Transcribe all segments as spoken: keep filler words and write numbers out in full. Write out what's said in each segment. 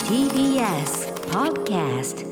ティービーエス Podcast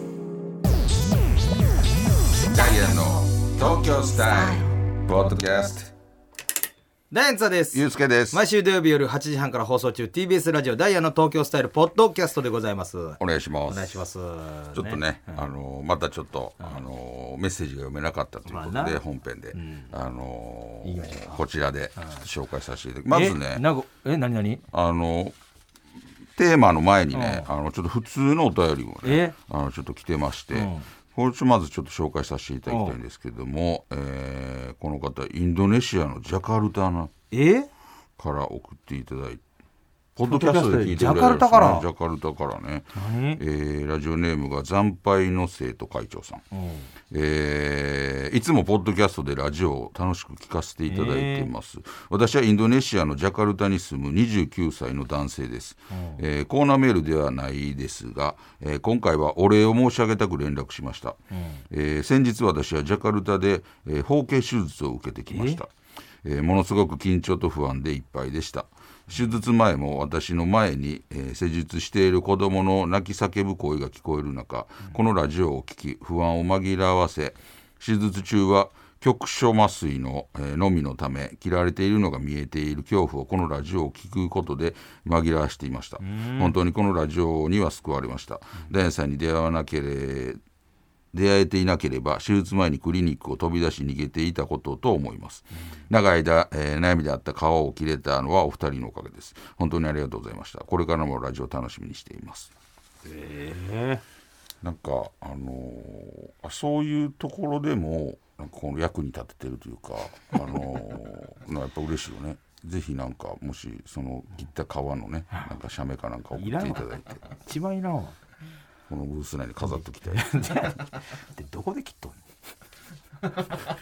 ダイアンの東京スタイルポッドキャスト。 ダイアンツァです。 ゆうすけです。 毎週土曜日夜はちじはんから放送中 ティービーエス ラジオダイアンの東京スタイルポッドキャストでございます。 お願いします。 お願いします。 ちょっとね、 うん、 あのまたちょっと、うん、あのメッセージが読めなかったということで、まあ、本編で、うん、あのいいこちらでちょっと紹介させていただきます。まずね、 えなごえ何何あのテーマの前にね、うん、あのちょっと普通のお便りもね、あのちょっと来てまして、うん、これまずちょっと紹介させていただきたいんですけども、えー、この方インドネシアのジャカルタのえから送っていただいて、ポッドキャストで聞いてくれる、ね、ジャカルタからジャカルタからね、えー、ラジオネームが惨敗の生徒会長さん、うん、えー、いつもポッドキャストでラジオを楽しく聞かせていただいてます、えー、私はインドネシアのジャカルタに住むにじゅうきゅうさいの男性です、うん、えー、コーナーメールではないですが、えー、今回はお礼を申し上げたく連絡しました、うん、えー、先日私はジャカルタで、えー、包茎手術を受けてきました、えー、ものすごく緊張と不安でいっぱいでした。手術前も私の前に、えー、施術している子供の泣き叫ぶ声が聞こえる中、うん、このラジオを聞き不安を紛らわせ、手術中は局所麻酔の、えー、のみのため切られているのが見えている恐怖をこのラジオを聞くことで紛らわしていました。本当にこのラジオには救われました。ダイアンさんに出会わなければ出会えていなければ手術前にクリニックを飛び出し逃げていたことと思います、うん、長い間、えー、悩みであった皮を切れたのはお二人のおかげです。本当にありがとうございました。これからもラジオ楽しみにしています。えー、なんか、あのー、そういうところでもなんかこの役に立ててるというか、あのー、やっぱ嬉しいよね。ぜひなんかもしその切った皮のねなんか写メかなんか送っていただいて、 一番いらんわ、 このブース内に飾っときたい。 でどこで切っとんの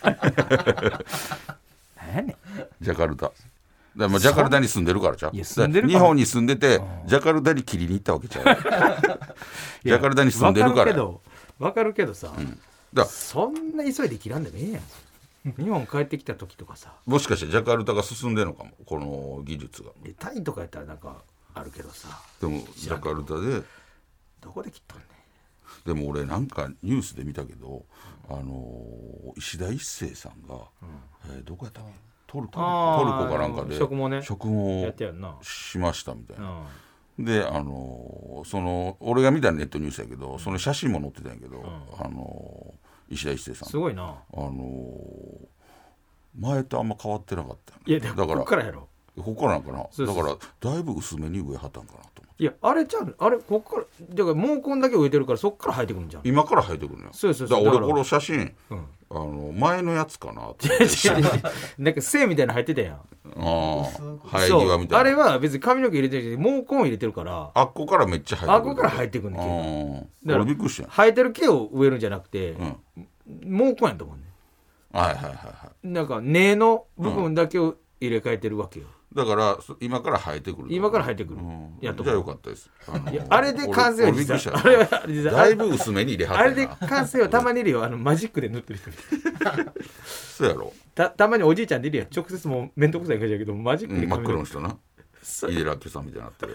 何やねん。 ジャカルタだまあジャカルタに住んでるからちゃう。 いや住んでる日本に住んでてジャカルタに切りに行ったわけちゃう。ジャカルタに住んでるから。 わかるけどさ、 うん、だそんな急いで切らんでもええやん。日本帰ってきた時とかさ、 もしかしてジャカルタが進んでるのかも、この技術が。 タイとかやったらなんかあるけどさ、 でもジャカルタでどこで切っとんねん。でも俺なんかニュースで見たけど、あのー、石田一生さんが、うん、えー、どこやったかトルコトルコかなんかで植毛ね植毛しましたみたいな、うん、であのー、その俺が見たネットニュースやけど、その写真も載ってたんやけど、うん、あのー、石田一生さんすごいな、 あのー、前とあんま変わってなかったよね。 いやでもだからこっからやろ、 ここからなんかな。そうそうそう、だからだいぶ薄めに植えはったんかなと思って。 いやあれちゃうあれこっからだから毛根だけ植えてるからそっから生えてくるんじゃん。 今から生えてくるのよ。 そうそうそう。 だから俺この写真、うん、あの前のやつかなってなんか線みたいなの入ってたやん。ああ生え際みたいな。 あれは別に髪の毛入れてるけど毛根を入れてるから、 あっこからめっちゃ生えてくる。 あっこから生えてくるんだけど、俺びっくりした。 生えてる毛を植えるんじゃなくて、うん、毛根やと思うね。 はいはいはいはい。 なんか根の部分だけを入れ替えてるわけよ。 だから今から生えてくる。 今から生えてくる。うん、 やっとじゃあよかったです。あのー、 いやあれで完成は実はあれはだいぶ薄めに入れはった。 あれで完成はたまにいるよ。あのマジックで塗ってる人そうやろ。 たたまにおじいちゃんでいるやん。直接もう面倒くさい感じだけどマジックで、 うん、真っ黒の人な。イデラッキョさんみたいになってるや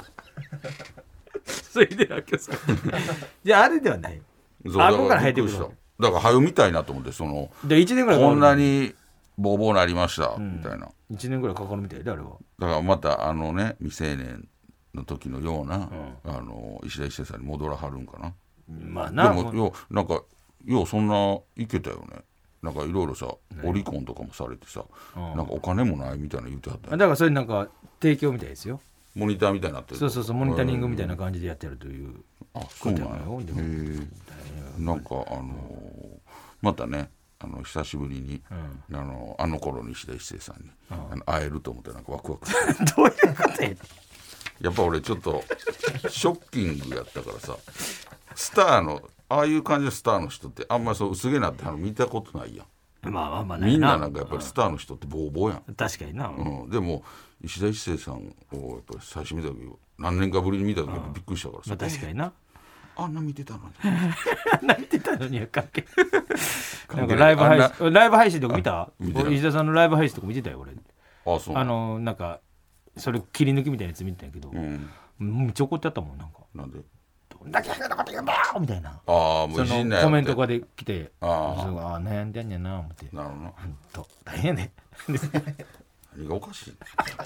つ。そうイデラッキョさん。じゃああれではない。あこから生えてくる。 だから早みたいなと思って、そのでいちねんぐらいこんなにボーボーなりました、うん、みたいな。 いちねんぐらいかかるみたいであれは。 だからまたあのね未成年の時のような、うん、あの石田一生さんに戻らはるんかな。 まあな。 でもようなんかようそんないけたよね。なんかいろいろさオリコンとかもされてさ、うん、なんかお金もないみたいな言ってはったよ。 だからそれなんか提供みたいですよ。 モニターみたいになってる。 そうそうそう、モニタリングみたいな感じでやってるという。 あ、そうなんや。へえ。なんかあのー、またね。あの久しぶりに、うん、あのあの頃の石田一生さんに、うん、あの会えると思ってなんかワクワクどういうことや。 やっぱ俺ちょっとショッキングやったからさ、スターのああいう感じのスターの人ってあんまりそう薄毛なってあの見たことないやん。 まあまあまあみんななんかやっぱりスターの人ってボーボーやん、 うん、確かにな、 うん、でも石田一生さんをやっぱり最初見た時何年かぶりに見た時びっくりしたからさ、 まあ、確かにな、 あんな見てたのにあんな見てたのには関係なんかライブ配信ライブ配信とか見た？俺石田さんのライブ配信とか見てたよ俺。 あ、そう。 あのなんかそれ切り抜きみたいなやつ見てたんやけど、うん、めっちゃ怒ってやったもんなんか。 なんでどんだけ変なこと言うんだよみたいな。 ああもういじんなよコメントがで来て、 あああ悩んでんねんな思って。 なるほどな。 ほんと大変ね。 何がおかしい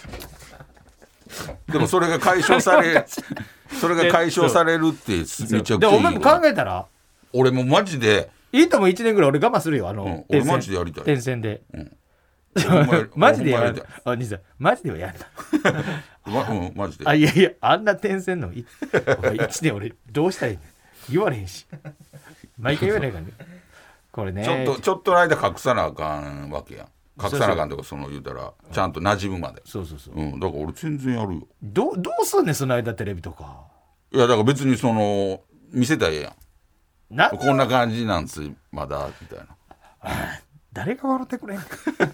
でもそれが解消されそれが解消されるってめちゃくちゃいいよ。 でお前も考えたら俺もマジでいいともいちねんぐらい俺我慢するよあの、 うん、俺マジでやりたい。 点線で、 うん、 マジでやるる。あ兄さんマジではやるな。 ま、うんマジで。 あいやいやあんな点線のいいちねん俺どうしたらいいの言われへんし毎回言われへんからねこれね。 ちょっとちょっとの間隠さなあかんわけやん。隠さなあかんとかその言うたらちゃんと馴染むまで。 そうそうそう、 うん、だから俺全然やるよ。 どどうすんねんその間テレビとか。 いやだから別にその見せたらええやん。 なこんな感じなんすまだみたいな。 誰が笑ってくれん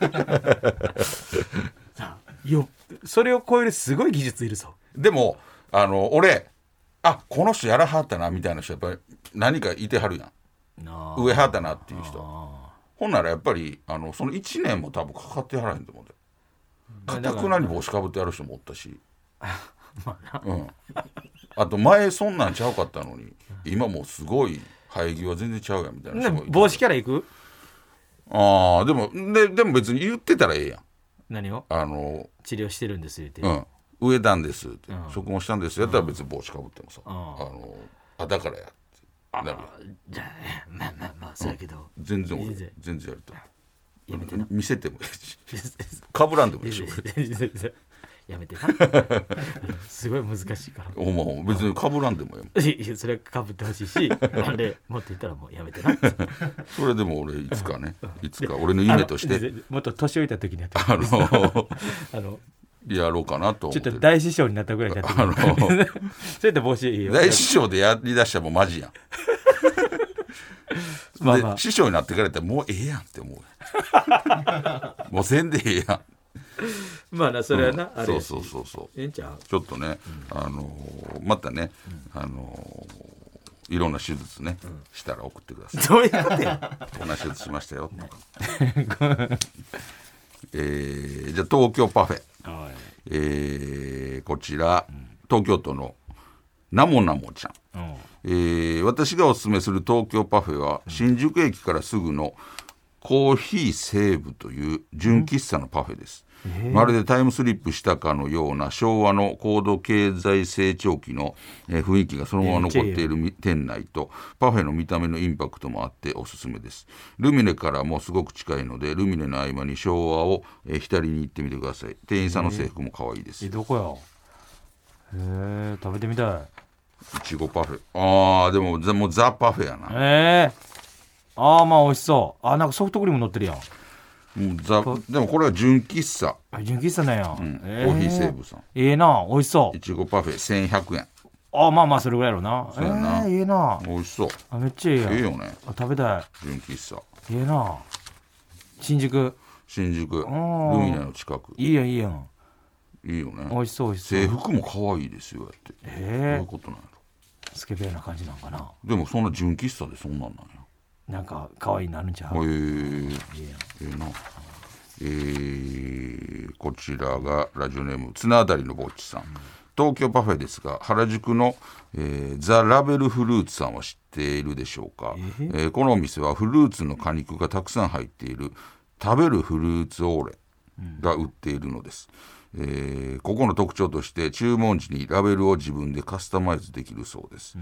さあよそれを超えるすごい技術いるぞ。 でもあの俺あこの人やらはったなみたいな人やっぱり何かいてはるやん。 な上はったなっていう人。 あほんならやっぱりあのそのいちねんも多分かかってやらへんと思うで。かたくなに帽子かぶってやる人もおったし、 まあなうん、あと前そんなんちゃうかったのに今もうすごい生え際は全然ちゃうやんみたいな人もいて。 帽子キャラいく。 ああでもででも別に言ってたらええやん。 何をあの、 治療してるんです言って、 うん、植えたんですって、 うん、 植毛したんですやったら別に帽子かぶってもさ、 うん、 あのあだからやってなるやん。 じゃあねまあまあまあそうやけど、 うん、全然俺全然全然やりたい。 やめてな見せてもいいしかぶらんでもいいしやめてなすごい難しいから。 お前別にかぶらんでもえいやそれはかぶってほしいしなんでもっと言ったらもうやめてなそれでも俺いつかねいつか俺の夢としてもっと年老いた時にやってあのあのやろうかなと思ってる。 ちょっと大師匠になったぐらいになってあのそうやって帽子いいよ。 大師匠でやりだしたらもうマジやんまあまあで師匠になってからやったらもうええやんって思うもうせんでええやん。 まあなそれはな、 うん、 あれそうそうそうそうええんちゃう。 ちょっとね、うん、あのー、またね、うん、あのー、いろんな手術ね、うん、したら送ってください。 どういうことやこんな手術しましたよえー、じゃあ東京パフェ、えー、こちら、うん、東京都のなもなもちゃん、えー、私がおすすめする東京パフェは、うん、新宿駅からすぐのコーヒー西武という純喫茶のパフェです、えー、まるでタイムスリップしたかのような昭和の高度経済成長期の雰囲気がそのまま残っている店内とパフェの見た目のインパクトもあっておすすめです。ルミネからもすごく近いのでルミネの合間に昭和を浸りに行ってみてください。店員さんの制服も可愛いです。 えー、どこや。へえ食べてみたい。 いちごパフェ。あーでももうザパフェやな。 えーああまあ美味しそう。あなんかソフトクリーム乗ってるやん。 もうザでもこれは純喫茶。 純喫茶なんや、 うんえー、コーヒー西武さん。 ええー、な美味しそう。 いちごパフェせんひゃくえん。 あまあまあそれぐらいやろな。 そうやな。 えー、ええー、な美味しそう。 あめっちゃええやん。 ええよね。 あ食べたい。 純喫茶。 ええー、な新宿。 新宿ルミネの近く。 いいやんいいやん。 いいよね。 美味しそう美味しそう。 制服も可愛いですよやって。 ええー、 どういうことなんやろ。 スケベな感じなんかな。 でもそんな純喫茶でそんなんなんや。 なんか可愛いなるんちゃう。 えー、ええー、な。えー、こちらがラジオネーム綱渡りのぼっちさん、うん、東京パフェですが原宿の、えー、ザ・ラベルフルーツさんは知っているでしょうか。えーえー、このお店はフルーツの果肉がたくさん入っている食べるフルーツオーレが売っているのです、うんえー、ここの特徴として注文時にラベルを自分でカスタマイズできるそうです、うん、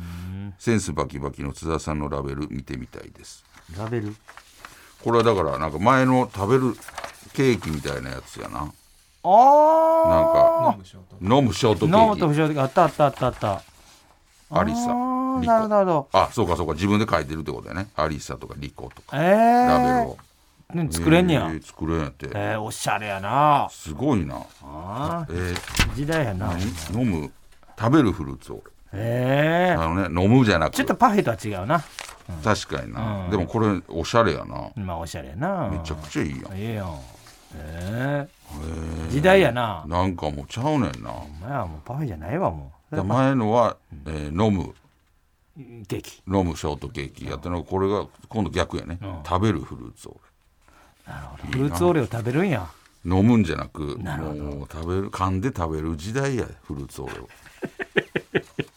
センスバキバキの津田さんのラベル見てみたいです。 ラベルこれはだからなんか前の食べるケーキみたいなやつやな。あなんか飲むショートケーキ。 飲むとショートケーキあったあったあったあった。 アリサリコ。 なるほど。 あそうかそうか自分で書いてるってことだよね。アリサとかリコとか、 えー、 ラベルを、 ね、作れんねや、 えー、作れんやって。 えー、おしゃれやな。 すごいなあ、 えー、 時代やな。 飲む食べるフルーツをえー、 あのね飲むじゃなくちょっとパフェとは違うな。 うん、確かにな、うん、でもこれおしゃれやな。 まあおしゃれやな。 めちゃくちゃいいやん。 ええやん。えー、時代やな。 なんかもうちゃうねんな。 お前はもうパフェじゃないわもう。前のは、えー、飲むケーキ飲むショートケーキやったのがこれが今度逆やね、うん、食べるフルーツオーレ。なるほど。フルーツオーレを食べるんや。 飲むんじゃなくもう食べる噛んで食べる時代やフルーツオーレを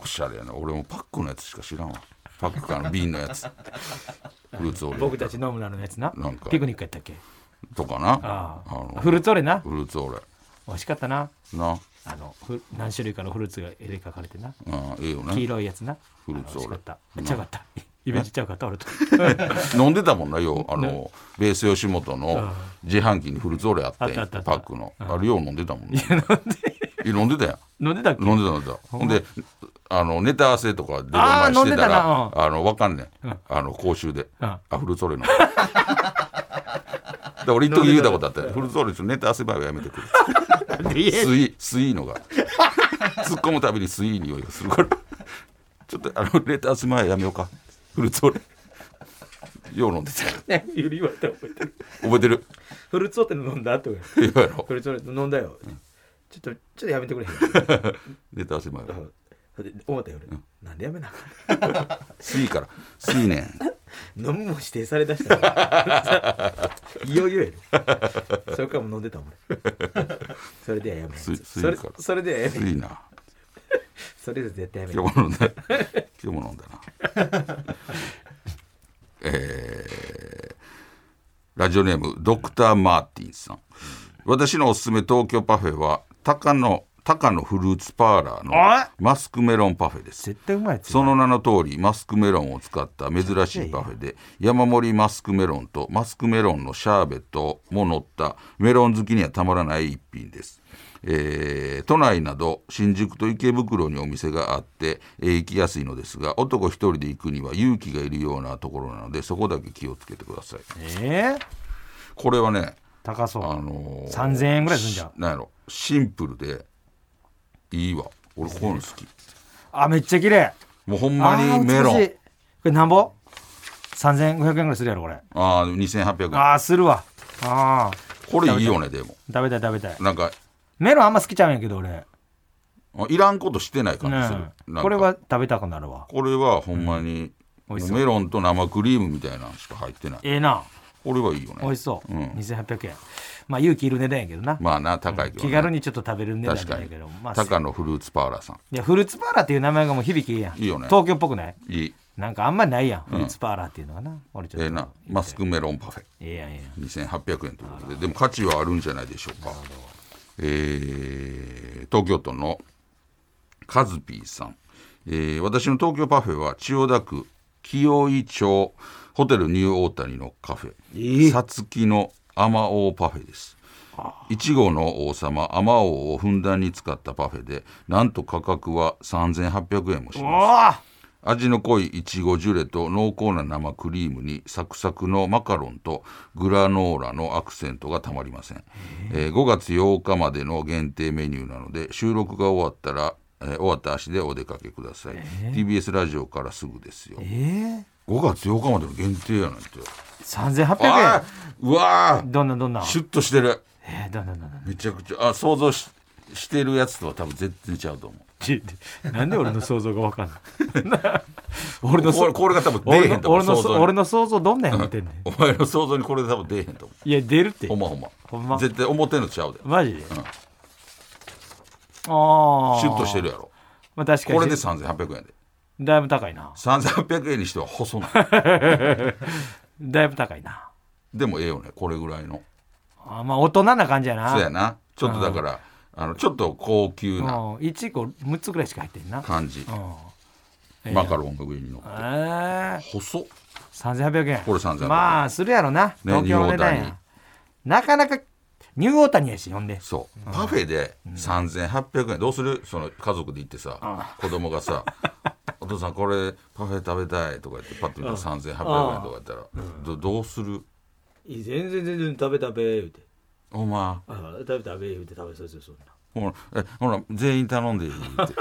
おしゃれやな。俺もパックのやつしか知らんわ。パックかの瓶のやつフルーツオレ僕たち飲むなのやつな。 なんかピクニックやったっけとかな。 ああのフルーツオレな。 フルーツオレ美味しかったな。 な。 あのふ何種類かのフルーツが絵で描かれてな。 あええよね。 黄色いやつな。 フルーツオレ美味しかった。めっちゃよかった。イメージちゃうかった俺と。 飲んでたもんなよ。あのベース吉本の自販機にフルーツオレあってあったあったあったパックのあれよう飲んでたもんね。 いや飲んで飲んでたやん。 飲んでたっけ。 飲んでた飲んでた。ほんであのネタ合わせとか出る前あーしてたら飲んでたあのわかんねん、 うんあの講習で、 うんあフルーツオレ飲んでで俺一時言うたことあったよ。フルーツオレちょっとネタ合わせ場合はやめてくれスイスイのが突っ込むたびにスイ匂いがするからちょっとあのネタ合わせ前やめようか。フルーツオレよう飲んでたよ。 ゆり言われたら覚えてる。 覚えてる。 フルーツオレ飲んだ後が言うやろ。 フルーツオレ飲んだよ。ちょっとちょっとやめてくれへん。 ネタ合わせ前は思ったよ俺、なんでやめなあかん。 スイからスイねん飲むも指定されだしたらいよいよやる。それからも飲んでたもん俺。それではやめスイスイそれからそれではやめスイな。 それで絶対やめ今日も飲んだ今日も飲んだなえー、ラジオネームドクターマーティンさん。私のおすすめ東京パフェは高野高野フルーツパーラーのマスクメロンパフェです。 絶対うまいやつ。 その名の通りマスクメロンを使った珍しいパフェで山盛りマスクメロンとマスクメロンのシャーベットも乗ったメロン好きにはたまらない一品です。えー、都内など新宿と池袋にお店があって、えー、行きやすいのですが男一人で行くには勇気がいるようなところなのでそこだけ気をつけてください。 えー、 これはね高そう、 あのー、 さんぜんえんぐらいすんじゃん。 なんやろシンプルでいいわ。俺こういうの好き。 あめっちゃ綺麗。 もうほんまにメロン。 これなんぼさんぜんごひゃくえんぐらいするやろこれ。 ああにせんはっぴゃくえん。 ああするわ。ああこれいいよね。でも食べたい食べたい。 なんかメロンあんま好きちゃうんやけど俺いらんことしてない感じする、 ね、 なんかこれは食べたくなるわ。 これはほんまに、うん、メロンと生クリームみたいなのしか入ってない。 ええな。 これはいいよね。 美味しそう、 うん、 にせんはっぴゃくえん。まあ勇気いる値段やけどな。 まあな高いけど、ね、 気軽にちょっと食べる値段だけど、まあ、 高野フルーツパーラーさん。 いやフルーツパーラーっていう名前がもう響きいいやん。 いいよね。 東京っぽくない？ いい。 なんかあんまりないやん、フルーツパーラーっていうのがな。俺ちょっとええなマスクメロンパフェ。 ええやんええやん。 にせんはっぴゃくえんということででも価値はあるんじゃないでしょうか。えー、東京都のカズピーさん、えー、私の東京パフェは千代田区清井町ホテルニューオータニのカフェさつきのあまおうパフェです。いちごの王様あまおうをふんだんに使ったパフェでなんと価格はさんぜんはっぴゃくえんもします。味の濃いいちごジュレと濃厚な生クリームにサクサクのマカロンとグラノーラのアクセントがたまりません。えー、ごがつようかまでの限定メニューなので収録が終わったら、えー、終わった足でお出かけください。えー、ティービーエス ラジオからすぐですよ。えー、ごがつようかまでの限定やなんてさんぜんはっぴゃくえん。うわーどんなどんなシュッとしてる。 えー、どんなどんなめちゃくちゃあ想像 し, してるやつとは多分全然違うと思う。 なんで俺の想像が分かんない俺のこ れ, これが多分出えへんと思う。 俺の, 俺の, 俺の想像どんなんや思ってんねんお前の想像にこれで多分出えへんと思う。 いや出るってほんまほんまほんま絶対思ってんのちゃうでマジで、うん、ああシュッとしてるやろ、 まあ、確かにこれでさんぜんはっぴゃくえんでだいぶ高いな。 さんぜんはっぴゃくえんにしては細ないだいぶ高いな。 でもええよねこれぐらいの。 あまあ大人な感じやな。 そうやなちょっとだからあのちょっと高級ないちごむっつぐらいしか入ってんな感じ。マカロンが上に乗って、えー、細っさんぜんはっぴゃくえん。 これさんぜんはっぴゃくえんまあするやろな、東京の値段や、ね、なかなかニューオータニやし呼んでそう、うん、パフェでさんぜんはっぴゃくえん、うん、どうするその家族で行ってさ、うん、子供がさお父さんこれパフェ食べたいとか言ってパッと見たらさんぜんはっぴゃくえんとかやったら、うん、ど, どうする。 全然全然食べ食べ言うておまあ食べ食べ言うて食べそうそうそんなほらえほら全員頼んでいいって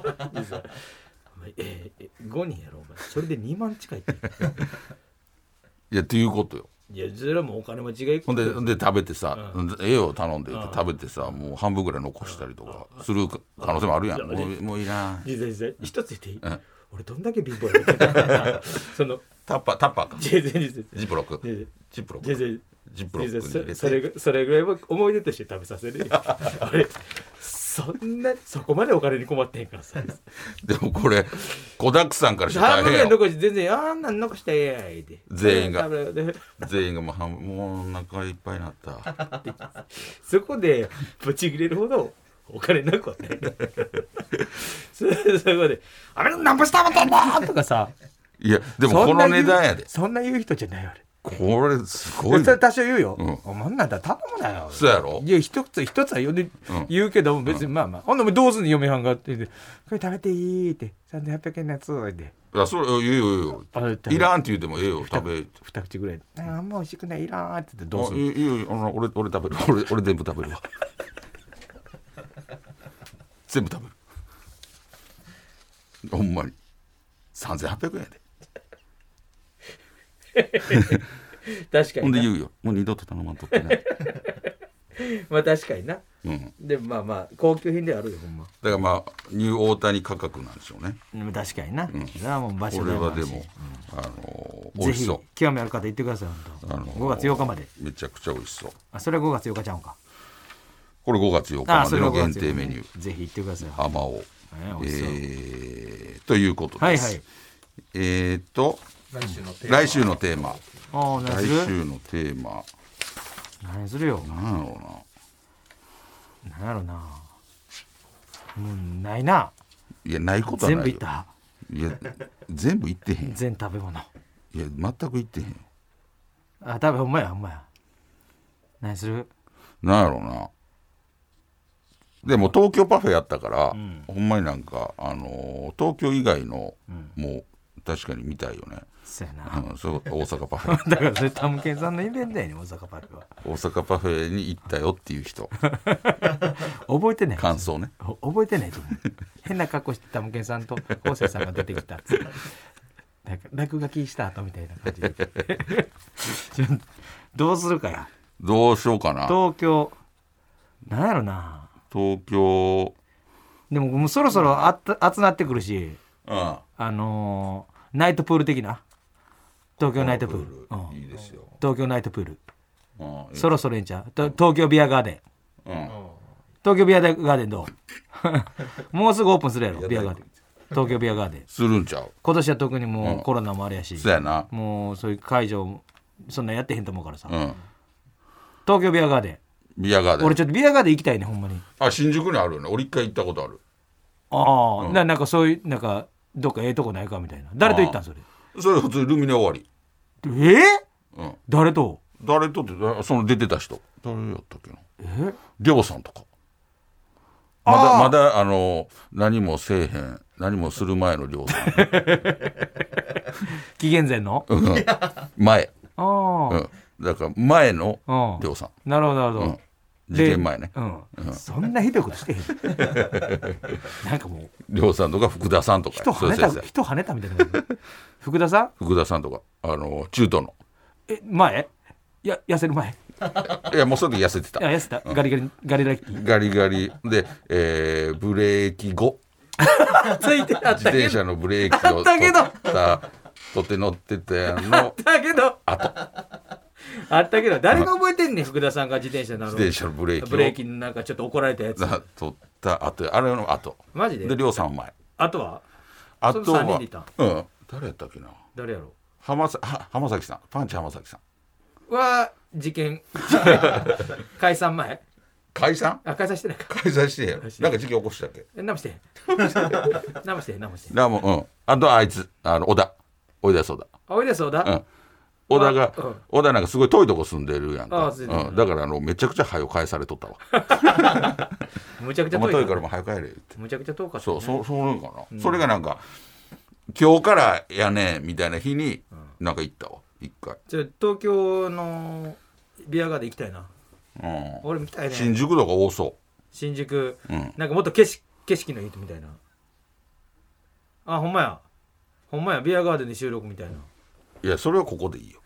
ええごにんやろお前それでにまん近いっていやっていうことよ。 いやそれはもうお金持ちがいくほんでで食べてさ、うん、ええよ頼んでって食べてさ、うん、もう半分ぐらい残したりとかする可能性もあるやん。も う, もういらん。 実際一つ言っていい、うん、俺どんだけ貧乏やそのタッパータッパーかジプロックジプロックジプロックに入れてそ, れそれぐらい思い出として食べさせる俺そんなそこまでお金に困ってへんからさでもこれ子だくさんからして大変よ。 残し全然あんなん残したらええやんって全員が全員がもう半もうお腹いっぱいになったそこでブチ切れるほどお金なくはないそそこで「あれ何ぼしたまってんだ!」とかさいやでもこの値段やで。 そんな言う人じゃないよこれすごい、 それ多少言うよ、 うん、 お前なんだ頼むなよ。 そうやろ。 いや一つ一つは言う,、うん、言うけど別にまあまあ、ほんでもどうすんの嫁はんがって言ってこれ食べていいってさんぜんはっぴゃくえんのやつっていやそれ言うよ言うよいらんって言うてもええよ食べ二口ぐらいあんま美味しくないいらんって言ってどうする。 いいよいいよ俺俺食べる俺俺全部食べるわ全部食べるほんまにさんぜんはっぴゃくえんやで確かにほんで言うよもう二度と頼まんとってねまあ確かにな、 うん、 でもまあまあ高級品であるよほんま。 だからまあニュー大谷価格なんでしょうね。 確かにな、うん、それはもう場所これはでも、 うん、 あのー、美味しそう。 ぜひ興味ある方言ってください本当、あのー、ごがつようかまでめちゃくちゃ美味しそう。 あそれはごがつようかちゃうんか。 これごがつようかまでの限定メニュー、 ぜひ行ってください。 あまお、 えーえー、ということです、 はいはい、 えーと来週のテーマ来週のテーマあ何する来週のテーマ何するよ。 何やろうな何やろうなもうないな。 いやないことはないよ。 全部いった。 いや全部いってへん。 全食べ物いや全くいってへん。 あ食べほんまやほんまや。何するなんやろうな。でも東京パフェやったから、うん、ほんまになんか、あのー、東京以外の、うん、もう確かに見たいよね。 そうやな、 うん、そう大阪パフェだからそれタムケンさんのイベントやねん大阪パフェは。 大阪パフェに行ったよっていう人覚えてない感想ね。 覚えてないと思う変な格好してタムケンさんと昴生さんが出てきたなんか落書きした後みたいな感じでどうするかや。 どうしようかな。 東京なんやろな。 東京でももうそろそろあ集まってくるし、 うん、 あのー、ナイトプール的な東京ナイトプール、 プール、うん、いいですよ。 東京ナイトプール、 うん、 そろそろいいんちゃう。東京ビアガーデン、うん、東京ビアガーデンどうもうすぐオープンするやろビアガーデン。東京ビアガーデンするんちゃう。 今年は特にもうコロナもあれやし、 うん、そうやな。 もうそういう会場そんなやってへんと思うからさ、 うん、 東京ビアガーデンビアガーデン俺ちょっとビアガーデン行きたいねほんまに。 あ新宿にあるよね。俺一回行ったことある。 ああ、うん、な, なんかそういうなんかどっかええとこないかみたいな。誰と行ったんそれ。 それ普通ルミネ終わり。 えーうん、 誰と誰とってその出てた人誰やったっけな。 えりょうさんとかまだまだあの何もせえへん何もする前のりょうさん紀元前の、 うん、前あ、うん、 だから前のりょうさん。 なるほどなるほど、うん、 事件前ね、 うんうん、そんなひどいことしてへんなんかもうりょうさんとか福田さんとか人跳ねた人跳ねたみたいな福田さん福田さんとかあの中東のえ前や痩せる前いやもうその時痩せてた。 いや痩せた、うん、ガリガリガリガリガリガリで、えー、ブレーキ後ついてあったけど自転車のブレーキを取った取って乗ってたのあったけどあとあったけど誰が覚えてんねん福田さんが自転車の自転車のブレーキをブレーキなんかちょっと怒られたやつ取ったあとあれのあとマジででりょうさん前あとはあとはさんにんでいたうん誰やったっけな。 誰やろ浜さは浜崎さんパンチ浜崎さんは事件解散前解散あ解散してないか解散してへんなんか事件起こしたっけ。 え何もしてへん何もしてへん何もしてへん何もうんあとあいつあの小田おいでそうだおいでそうだうん小田が、うん、小田なんかすごい遠いとこ住んでるやんか。 ああうん、だからあのめちゃくちゃ早く返されとったわむちゃくちゃ遠い遠いからもう早く帰れってむちゃくちゃ遠かった、ね、 そうそうそういうかな、うん、それがなんか今日からやねみたいな日になんか行ったわ一回。 じゃあ東京のビアガーで行きたいな、 うん、 俺見たいね。 新宿とか多そう。 新宿、 うん、 なんかもっと景色、景色のいいとみたいな。あほんまやほんまやビアガーデンで収録みたいな。 いやそれはここでいいよ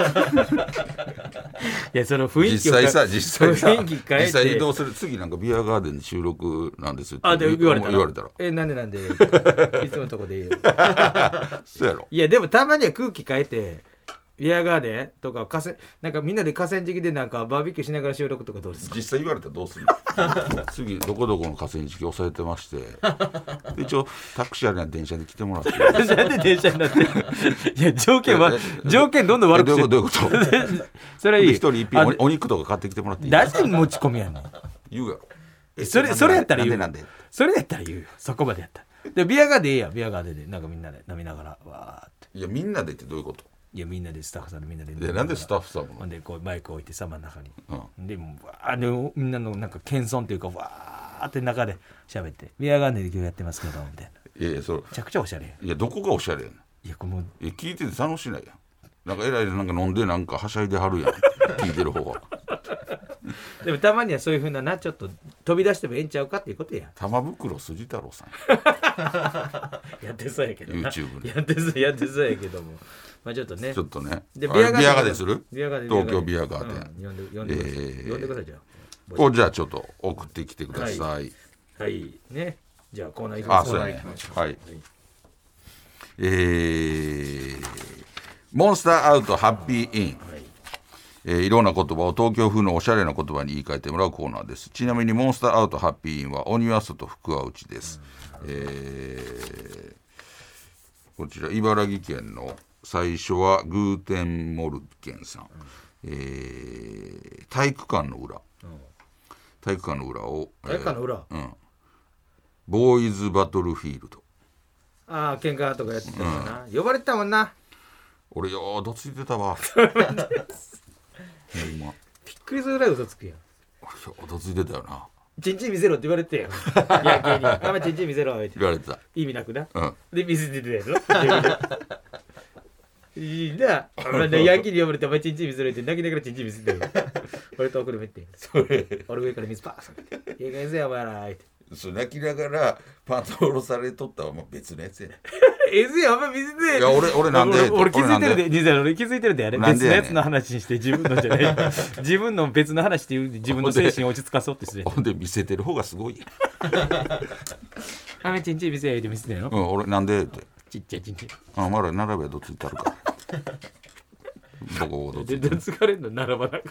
いやその雰囲気実際さ実際さ雰囲気変えて実際移動する次なんかビアガーデンで収録なんですってあで言われたら言われたらえなんでなんでいつものとこでいいよそうやろ。 いやでもたまには空気変えてビアガーデンとか河川なんかみんなで河川敷でなんかバーベキューしながら収録とかどうですか？ 実際言われたらどうするの次どこどこの河川敷押さえてましてで一応タクシーあるいは電車で来てもらってなんで電車になってるいや条件は条件どんどん悪くしてどういうことどういうことそれいい一人一品お肉とか買ってきてもらっていい？ 大事に持ち込みやねん言うやろ。 それそれやったら言うなんでなんでそれやったら言うよそこまでやったらでビアガーデンいいやビアガーデンでなんかみんなで飲みながらわーっていやみんなでってどういうこと？ いやみんなでスタッフさんでみんなででなんでスタッフさんもほんでこうマイク置いてさ真ん中に、 うでもうわーでみんなのなんか謙遜というかわーって中で喋ってビアガーデンで今日やってますけどみたいないやいやそれめちゃくちゃおしゃれやんいやどこがおしゃれやねん。 いやこれもういや聞いてて楽しないやん。なんかえらいなんか飲んでなんかはしゃいではるやん聞いてる方が。 でもたまにはそういうふうななちょっと飛び出してもええんちゃうかっていうことや玉袋筋太郎さんやってそうやけどな YouTube でやってそうやってそうやけどもまあちょっとねちょっとねであれビアガーデンするビアガーデン東京ビアガーデン、 うん、呼んで呼んでください、 えー呼んでくださいじゃあこうじゃあちょっと送ってきてください、 はいはいねじゃあコーナー行きまあそうすかやねはいえー、モンスターアウトハッピーイン、 はいえーいろんな言葉を東京風のおしゃれな言葉に言い換えてもらうコーナーです。ちなみにモンスターアウトハッピーインは鬼は外福は内です、えーこちら茨城県の最初はグーテンモルゲンさん、えー体育館の裏体育館の裏を体育館の裏、 えーうん、ボーイズバトルフィールド。 ああ喧嘩とかやってたもんな、呼ばれてたもんな俺よーどついてたわほんまびっくりするぐらい嘘つくやん俺よーどついてたよなチンチン見せろって言われてよいや芸人ママチンチン見せろって言われてた。 意味なくなうんで見せてたやろいいなヤンキーに呼ばれてお前チンチン見せろって泣きながらチンチン見せてる俺と送るめって俺上から水パーッいや先生お前らってそう泣きながらパンツ下ろされとったらもう別のやつやねえずやお前見せていや俺俺なんで俺俺気づいてるで俺実際俺気づいてるであれなんでやねん別のやつの話にして自分のじゃない自分の別の話っていう自分の精神を落ち着かそうってするほんで見せてる方がすごいやんあめちんちん見せって見せてるのうん俺なんでってちっちゃいちんちんあまだ並べどついてあるからどこどついてる全然疲れんの並ばなく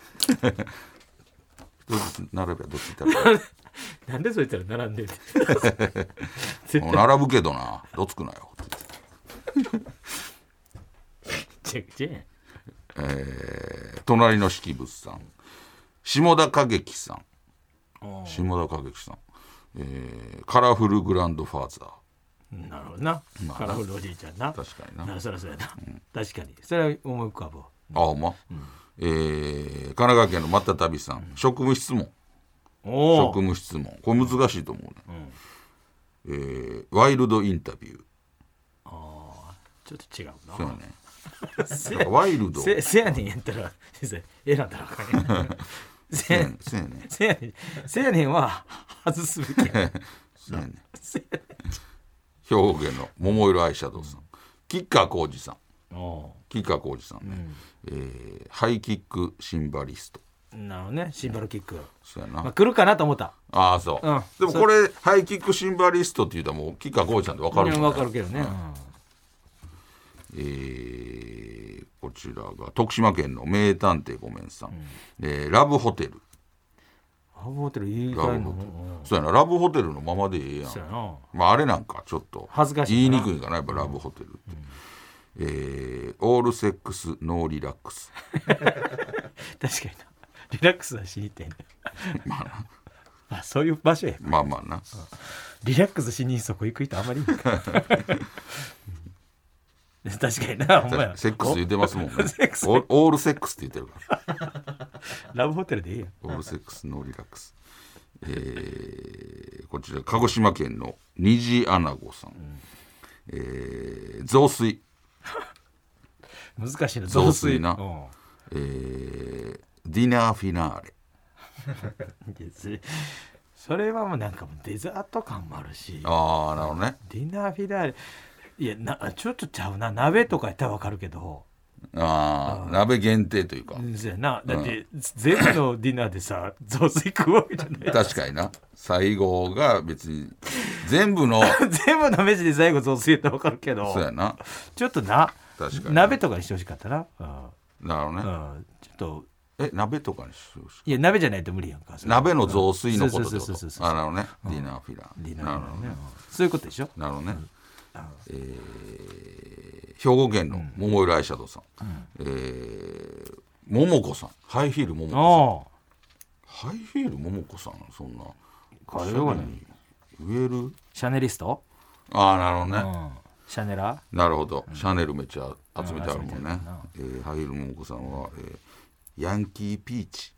並べどついてあるからなんでそいつら並んでる絶もう並ぶけどなどつくなよって対ちゃくちゃやんえー隣の式物さん下田景樹さん下田景樹さん、えーカラフルグランドファーザー。 なるほどな、 まあカラフルおじいちゃんな確かにななそりゃそうやな、確かにそれは思い浮かぶわあほんま、えー神奈川県のまたたびさん、職務質問お職務質問これ難しいと思うね、えーワイルドインタビューあちょっと違うなそうやねなんかワイルドせせやねんやったら先生選んだらあかんやんせやねんそうやねせやねんせやねんは外すべきやそうやねせやね兵庫県の桃色アイシャドウさん、吉川浩司さんんお吉川浩司さんね、えーハイキックシンバリストなるほどねシンバルキック、 そうやな、 まあ、来るかなと思ったああそう、 うんでもこれハイキックシンバリストって言ったらもう吉川浩司さんって分かるもんね分かるけどね、 えーこちらが徳島県の名探偵ごめんさん、えーラブホテルラブホテルいいラかいのブホテルそうやなラブホテルのままでええやんそうやなまああれなんかちょっと恥ずかしい言いなにくいかなやっぱラブホテルって、えーオールセックスノーリラックス確かになリラックスはしに行ってんねまあなあそういう場所やまあまあなリラックスしにそこ行く人あんまりいいんか確かになほんまやセックス言ってますもんねセックスオーオールセックスって言ってるからラブホテルでいいやんオールセックスノーリラックス、えーこちら鹿児島県の虹アナゴさん、えー増水難しいな増水なうんえーディナーフィナーレそれそれはもうなんかもうデザート感もあるしああなるほどねディナーフィナーレいやなちょっとちゃうな鍋とかやったら分かるけどああ鍋限定というかうんそうやなだって、全部のディナーでさ雑炊食うわけじゃない確かにな最後が別に全部の全部の飯で最後雑炊やったら分かるけどそうやなちょっとな確かに鍋とかにしてほしかったな、うんなるほどね、 うん、ちょっとえ鍋とかにしようしいや鍋じゃないと無理やんか。 鍋の雑炊のことってこそうそうそうそうと。あなるほどね、ディナーフィラー、 ディナーなるほどね、 そういうことでしょ。 なるほどね、えー、兵庫県の桃色アイシャドウさん、うんえー、桃子さんハイヒール桃子さんハイヒール桃子さんそんなこれはね言えるシャネリスト。 ああなるほどね、 うん、シャネラなるほど、うん、シャネルめっちゃ集めてあるもんね、うんえー、ハイヒール桃子さんは、えー、ヤンキーピーチ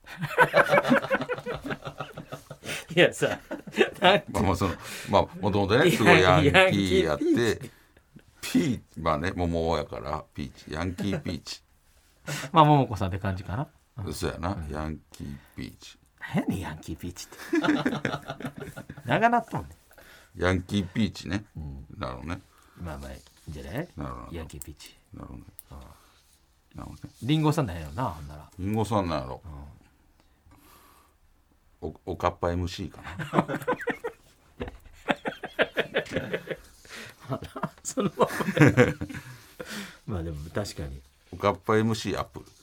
いやさまあまあそのまあもともとねすごいヤンキーやってピーまあね桃やからピーチヤンキーピーチまあ桃子さんって感じかな。 そうやな、うん、ヤンキーピーチ何やねんヤンキーピーチって長なったんねヤンキーピーチね、うん、なるほどねまあまあいいんじゃない。 なるほどヤンキーピーチなるほどね、うん、なるほどねリンゴさんなんやろなほんならリンゴさんなんやろ、うん、お, おかっぱ エムシー かなそのまあでも確かにおかっぱ エムシー アップル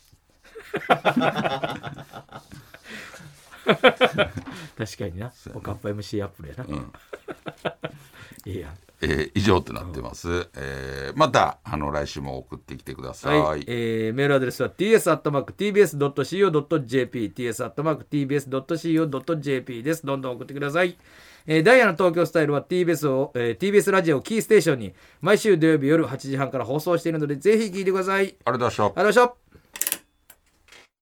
確かになおかっぱ エムシー アップルやな、うん、いいや、 えー、以上となってます、うんえー、またあの来週も送ってきてください、 はいえー、メールアドレスは ティーエス アットマーク ティービーエス ドット シーオー ドット ジェーピー ティーエス アットマーク ティービーエス ドット シーオー ドット ジェーピー です。どんどん送ってください。えー、ダイヤの東京スタイルは ティービーエス を、えー、ティービーエス ラジオをキーステーションに毎週土曜日夜はちじはんから放送しているのでぜひ聞いてください。ありがとうございました。 ありがとうございました。